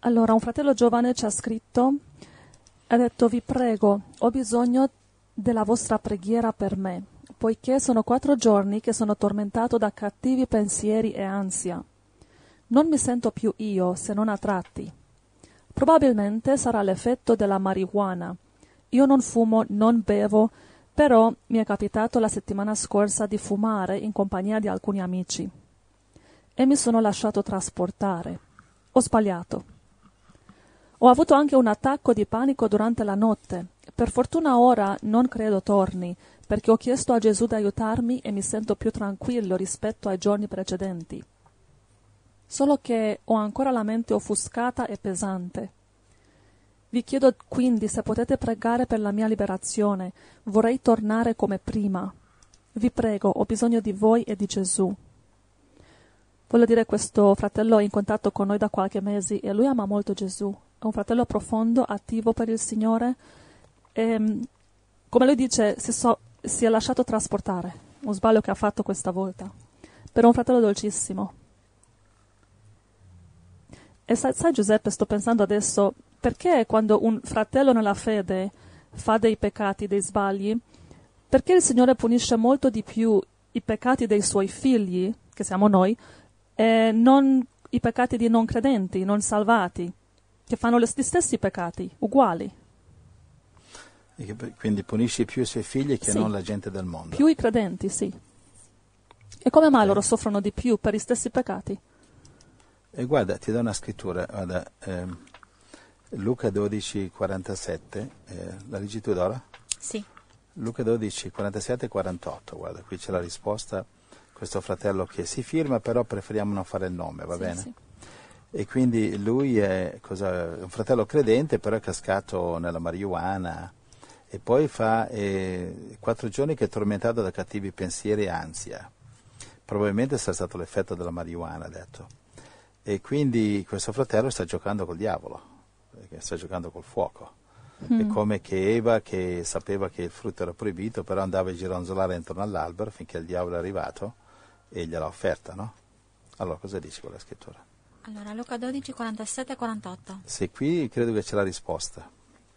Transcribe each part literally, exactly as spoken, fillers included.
Allora, un fratello giovane ci ha scritto, ha detto: vi prego, ho bisogno della vostra preghiera per me, poiché sono quattro giorni che sono tormentato da cattivi pensieri e ansia. Non mi sento più io, se non a tratti. Probabilmente sarà l'effetto della marijuana. Io non fumo, non bevo, però mi è capitato la settimana scorsa di fumare in compagnia di alcuni amici e mi sono lasciato trasportare. Ho sbagliato. Ho avuto anche un attacco di panico durante la notte. Per fortuna ora non credo torni, perché ho chiesto a Gesù di aiutarmi e mi sento più tranquillo rispetto ai giorni precedenti. Solo che ho ancora la mente offuscata e pesante. Vi chiedo quindi se potete pregare per la mia liberazione. Vorrei tornare come prima. Vi prego, ho bisogno di voi e di Gesù. Voglio dire, questo fratello è in contatto con noi da qualche mese e lui ama molto Gesù. È un fratello profondo, attivo per il Signore e, come lui dice, si, so, si è lasciato trasportare. Un sbaglio che ha fatto questa volta. Però è un fratello dolcissimo. E sai, sai Giuseppe, sto pensando adesso, perché quando un fratello nella fede fa dei peccati, dei sbagli, perché il Signore punisce molto di più i peccati dei suoi figli, che siamo noi, e non i peccati di non credenti, non salvati, che fanno gli stessi peccati, uguali. E quindi punisce più i suoi figli che sì. non la gente del mondo. Più i credenti, sì. E come mai okay. loro soffrono di più per gli stessi peccati? E guarda, ti do una scrittura, guarda, ehm, Luca dodici quarantasette, eh, la leggi tu Dora? Sì. Luca dodici quarantasette e quarantotto, guarda, qui c'è la risposta, questo fratello che si firma, però preferiamo non fare il nome, va sì, bene? Sì. E quindi lui è cosa, un fratello credente, però è cascato nella marijuana, e poi fa eh, quattro giorni che è tormentato da cattivi pensieri e ansia. Probabilmente sarà stato l'effetto della marijuana, ha detto. E quindi questo fratello sta giocando col diavolo, perché sta giocando col fuoco. Mm. È come che Eva, che sapeva che il frutto era proibito, però andava a gironzolare intorno all'albero finché il diavolo è arrivato e gliel'ha offerta, no? Allora, cosa dice quella scrittura? Allora, Luca dodici, quarantasette e quarantotto. Sì, qui credo che c'è la risposta.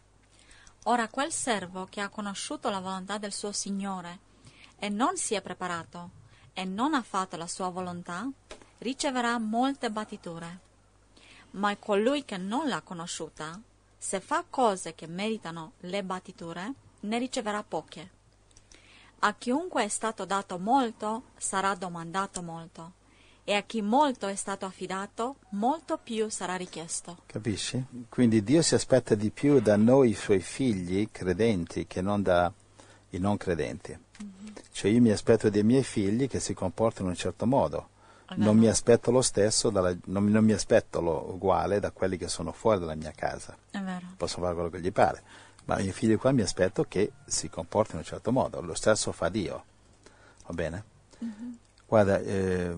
Ora quel servo che ha conosciuto la volontà del suo Signore e non si è preparato e non ha fatto la sua volontà, riceverà molte battiture. Ma colui che non l'ha conosciuta, se fa cose che meritano le battiture, ne riceverà poche. A chiunque è stato dato molto, sarà domandato molto, e a chi molto è stato affidato, molto più sarà richiesto. Capisci? Quindi Dio si aspetta di più da noi, i suoi figli credenti, che non da i non credenti. Mm-hmm. Cioè io mi aspetto dei miei figli che si comportino in un certo modo. Non mi aspetto lo stesso, dalla, non, non mi aspetto lo uguale da quelli che sono fuori dalla mia casa. È vero. Posso fare quello che gli pare, ma i miei figli qua mi aspetto che si comportino in un certo modo. Lo stesso fa Dio. Va bene? Mm-hmm. Guarda, eh,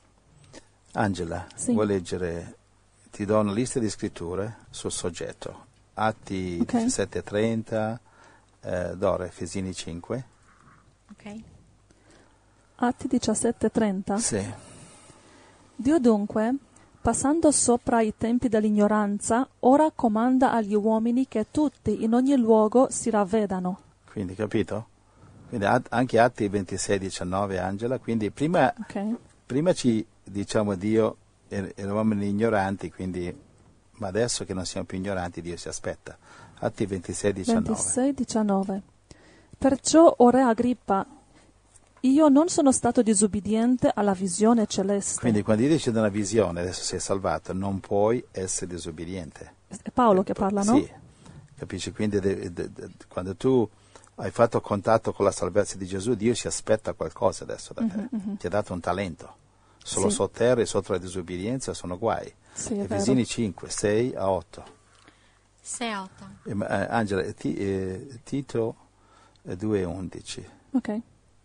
Angela, sì. Vuoi leggere? Ti do una lista di scritture sul soggetto. Atti okay. diciassette e trenta, eh, Dora, Efesini cinque. Ok. Atti diciassette e trenta? Sì. Dio dunque, passando sopra i tempi dell'ignoranza, ora comanda agli uomini che tutti in ogni luogo si ravvedano. Quindi, capito? Quindi anche Atti ventisei diciannove, Angela, quindi prima, okay. prima ci diciamo Dio, eravamo ignoranti, quindi, ma adesso che non siamo più ignoranti Dio si aspetta. Atti ventisei diciannove. ventisei diciannove. Perciò, o re Agrippa, io non sono stato disubbidiente alla visione celeste. Quindi quando Dio dice una visione, adesso sei salvato, non puoi essere disubbidiente. È Paolo che parla, no? Sì, capisci? Quindi de, de, de, quando tu hai fatto contatto con la salvezza di Gesù, Dio si aspetta qualcosa adesso da te. Mm-hmm. Ti ha dato un talento. Solo sì. Sotterra e sotto la disubbidienza sono guai. Sì, Efesini cinque, sei a otto. sei a otto. Eh, eh, Angela, ti, eh, Tito eh, due undici. Ok.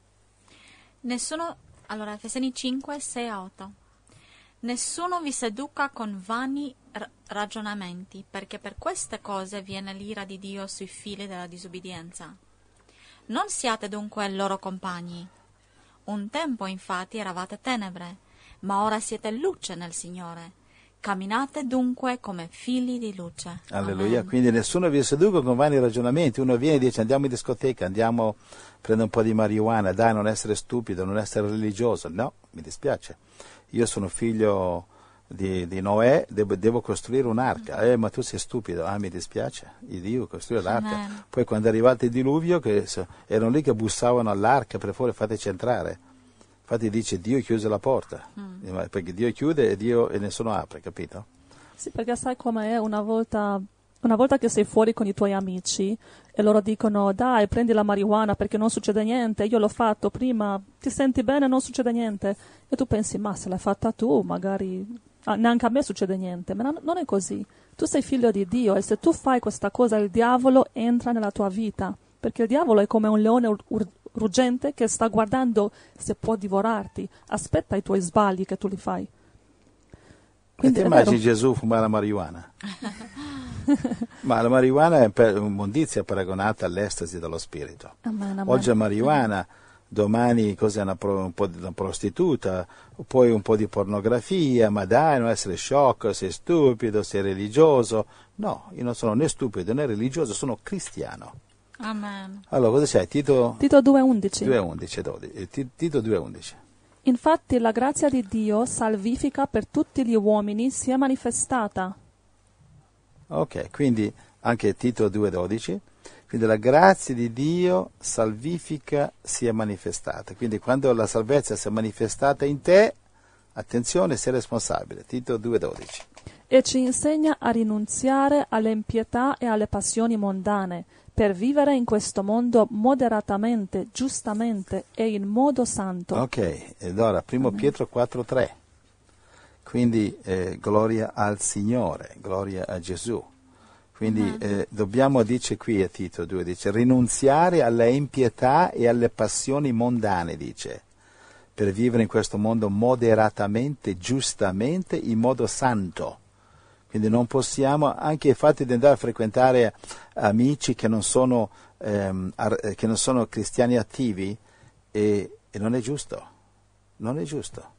Nessuno, allora Efesini cinque, sei a otto. Nessuno vi seduca con vani r- ragionamenti, perché per queste cose viene l'ira di Dio sui figli della disubbidienza. Non siate dunque loro compagni. Un tempo infatti eravate tenebre, ma ora siete luce nel Signore. Camminate dunque come figli di luce. Alleluia. Amen. Quindi nessuno vi seduca con vani ragionamenti. Uno viene e dice andiamo in discoteca, andiamo a prendere un po' di marijuana, dai, non essere stupido, non essere religioso. No, mi dispiace. Io sono figlio di, di Noè, devo, devo costruire un'arca. Eh, ma tu sei stupido. Ah, mi dispiace. Io devo costruire l'arca. Amen. Poi quando è arrivato il diluvio, che so- erano lì che bussavano all'arca, per favore fateci entrare. Infatti dice Dio chiuse la porta, Mm. perché Dio chiude e, Dio, e nessuno apre, capito? Sì, perché sai com'è? Una volta, una volta che sei fuori con i tuoi amici e loro dicono dai, prendi la marijuana perché non succede niente, io l'ho fatto prima, ti senti bene, non succede niente. E tu pensi, ma se l'hai fatta tu, magari ah, neanche a me succede niente. Ma non, non è così. Tu sei figlio di Dio e se tu fai questa cosa, il diavolo entra nella tua vita. Perché il diavolo è come un leone ur- ur- ruggente che sta guardando se può divorarti. Aspetta i tuoi sbagli che tu li fai. E ti è immagini vero. Gesù fumare la marijuana? Ma la marijuana è per, un'mondizia paragonata all'estasi dello spirito. Amen, amen. Oggi è marijuana, domani cos'è una, pro- un po' di una prostituta, poi un po' di pornografia, ma dai, non essere sciocco, sei stupido, sei religioso. No, io non sono né stupido né religioso, sono cristiano. Amen. Allora, cosa c'è? Tito Tito due undici. due undici, dodici, eh, Ti- Tito due undici. Infatti la grazia di Dio, salvifica per tutti gli uomini, si è manifestata. Ok, quindi anche Tito due dodici. Quindi la grazia di Dio salvifica si è manifestata. Quindi quando la salvezza si è manifestata in te, attenzione, sei responsabile. Tito due dodici. E ci insegna a rinunziare alle impietà e alle passioni mondane, per vivere in questo mondo moderatamente, giustamente e in modo santo. Ok, ed ora primo Pietro quattro tre. Quindi eh, gloria al Signore, gloria a Gesù. Quindi eh, dobbiamo, dice qui a Tito due, dice, rinunziare alle impietà e alle passioni mondane, dice, per vivere in questo mondo moderatamente, giustamente, in modo santo. Quindi non possiamo, anche il fatto di andare a frequentare amici che non sono, ehm, ar- che non sono cristiani attivi, e, e non è giusto, non è giusto.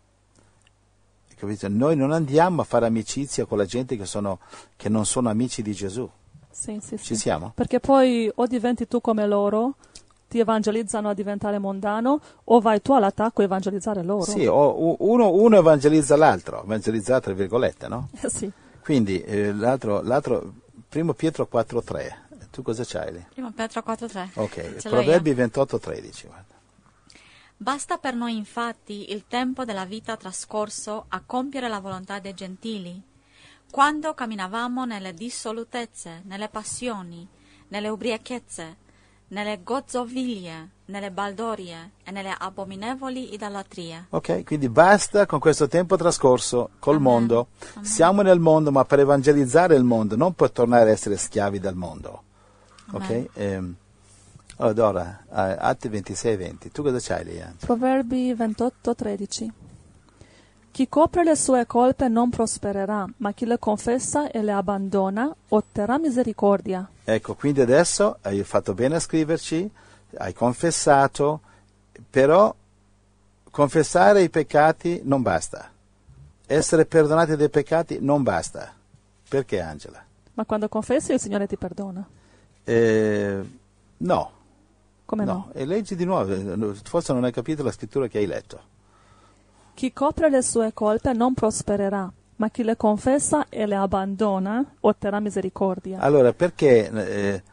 Capito? Noi non andiamo a fare amicizia con la gente che, sono, che non sono amici di Gesù. Sì, sì, Ci sì. siamo? Perché poi o diventi tu come loro, ti evangelizzano a diventare mondano, o vai tu all'attacco a evangelizzare loro. Sì, o u- uno, uno evangelizza l'altro, evangelizza tra virgolette, no? Eh, sì. Quindi eh, l'altro, l'altro, primo Pietro quattro tre, tu cosa c'hai lì? Primo Pietro quattro tre. Ok, Ce l'ho Proverbi io. ventotto tredici, guarda. Basta per noi infatti il tempo della vita trascorso a compiere la volontà dei gentili, quando camminavamo nelle dissolutezze, nelle passioni, nelle ubriachezze, nelle gozzoviglie, nelle baldorie e nelle abominevoli idolatrie. Ok, quindi basta con questo tempo trascorso col Amen. mondo. Amen. Siamo nel mondo, ma per evangelizzare il mondo, non per tornare a essere schiavi del mondo. Amen. Ok? Ehm, allora, eh, Atti ventisei venti, tu cosa c'hai lì? Anzi? Proverbi ventotto tredici. Chi copre le sue colpe non prospererà, ma chi le confessa e le abbandona otterrà misericordia. Ecco, quindi adesso hai fatto bene a scriverci, hai confessato, però confessare i peccati non basta. Essere perdonati dai peccati non basta. Perché, Angela? Ma quando confessi il Signore ti perdona. Eh, no. Come no? E leggi di nuovo, forse non hai capito la scrittura che hai letto. Chi copre le sue colpe non prospererà, ma chi le confessa e le abbandona otterrà misericordia. Allora, perché eh,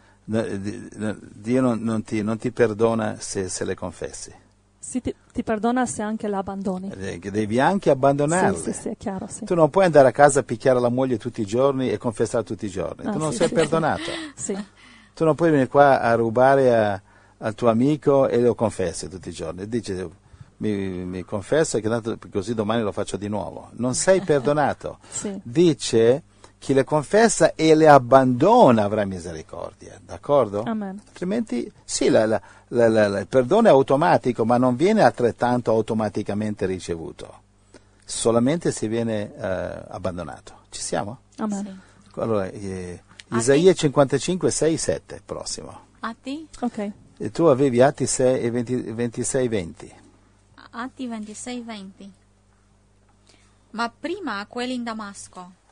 Dio non, non, ti, non ti perdona se, se le confessi? Sì, ti, ti perdona se anche le abbandoni. Eh, Devi anche abbandonarle. Sì, sì, sì, è chiaro, sì. Tu non puoi andare a casa a picchiare la moglie tutti i giorni e confessare tutti i giorni. Ah, tu non sì, sei sì, perdonato. Sì. Tu non puoi venire qua a rubare a, al tuo amico e lo confessi tutti i giorni. Dice, mi, mi confesso che tanto così domani lo faccio di nuovo. Non sei perdonato. Sì. Dice, chi le confessa e le abbandona avrà misericordia. D'accordo? Amen. Altrimenti, sì, la, la, la, la, il perdono è automatico, ma non viene altrettanto automaticamente ricevuto. Solamente se viene eh, abbandonato. Ci siamo? Amen. Sì. Allora, eh, Atti? Isaia cinquantacinque, sei, sette, prossimo. Atti? Ok. E tu avevi Atti sei e ventisei venti. Atti ventisei venti. Ma prima quelli in Damasco,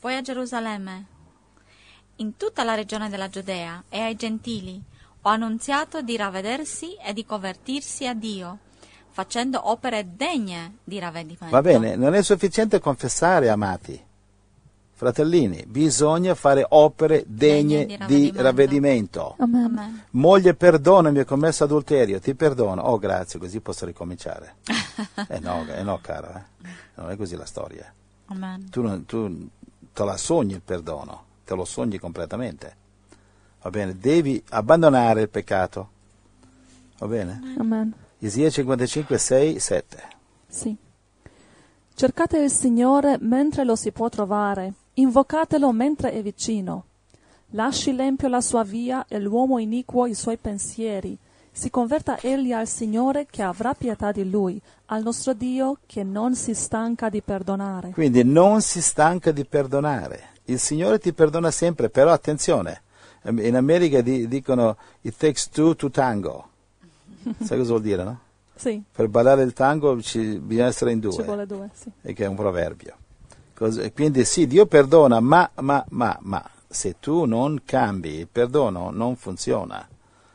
poi a Gerusalemme, in tutta la regione della Giudea e ai gentili ho annunziato di ravvedersi e di convertirsi a Dio, facendo opere degne di ravvedimento. Va bene, non è sufficiente confessare, amati. Fratellini, bisogna fare opere degne, Degne di di ravvedimento. ravvedimento. Amen. Amen. Moglie, perdonami, ho commesso adulterio, ti perdono. Oh, grazie, così posso ricominciare. eh no, eh no, caro, eh. Non è così la storia. Amen. Tu, non, tu te la sogni il perdono, te lo sogni completamente. Va bene, devi abbandonare il peccato. Va bene? Amen. Isaia cinquantacinque, sei, sette. Sì. Cercate il Signore mentre lo si può trovare, invocatelo mentre è vicino. Lasci l'empio la sua via e l'uomo iniquo i suoi pensieri. Si converta egli al Signore che avrà pietà di lui, al nostro Dio che non si stanca di perdonare. Quindi non si stanca di perdonare. Il Signore ti perdona sempre, però attenzione, in America di, dicono it takes two to tango. Sai cosa vuol dire, no? Sì, Per ballare il tango ci, bisogna essere in due, ci vuole due, sì. e che è un proverbio. Cos- quindi sì, Dio perdona, ma, ma, ma, ma, se tu non cambi, il perdono non funziona.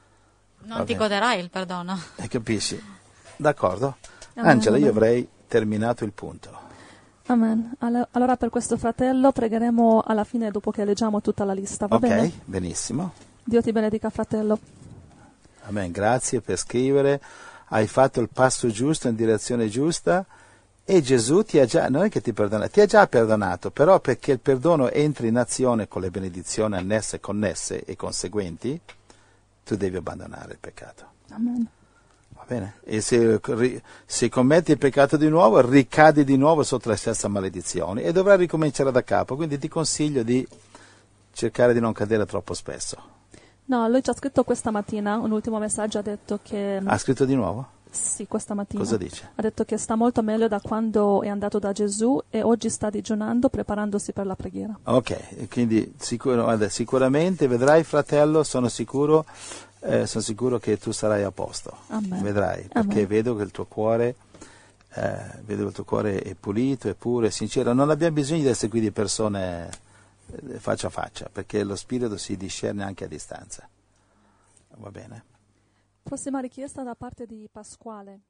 Non Va ti bene. goderai il perdono. E capisci? D'accordo? Amen, Angela, io amen. avrei terminato il punto. Amen. All- Allora per questo fratello pregheremo alla fine dopo che leggiamo tutta la lista, va Ok, bene? benissimo. Dio ti benedica, fratello. Amen, grazie per scrivere. Hai fatto il passo giusto in direzione giusta e Gesù ti ha già, non è che ti perdona, ti ha già perdonato, però perché il perdono entri in azione con le benedizioni annesse, connesse e conseguenti, tu devi abbandonare il peccato. Amen. Va bene? E se, ri- se commetti il peccato di nuovo, ricadi di nuovo sotto la stessa maledizione e dovrai ricominciare da capo. Quindi ti consiglio di cercare di non cadere troppo spesso. No, lui ci ha scritto questa mattina un ultimo messaggio, ha detto che... Ha scritto di nuovo? Sì, questa mattina. Cosa dice? Ha detto che sta molto meglio da quando è andato da Gesù e oggi sta digiunando preparandosi per la preghiera. Ok, e quindi sicuro, guarda, sicuramente vedrai, fratello, sono sicuro, eh, sono sicuro che tu sarai a posto. Amen. Vedrai, perché Amen. vedo che il tuo cuore, eh, vedo che il tuo cuore è pulito, è puro, è sincero. Non abbiamo bisogno di essere qui di persone eh, faccia a faccia, perché lo spirito si discerne anche a distanza. Va bene? Prossima richiesta da parte di Pasquale.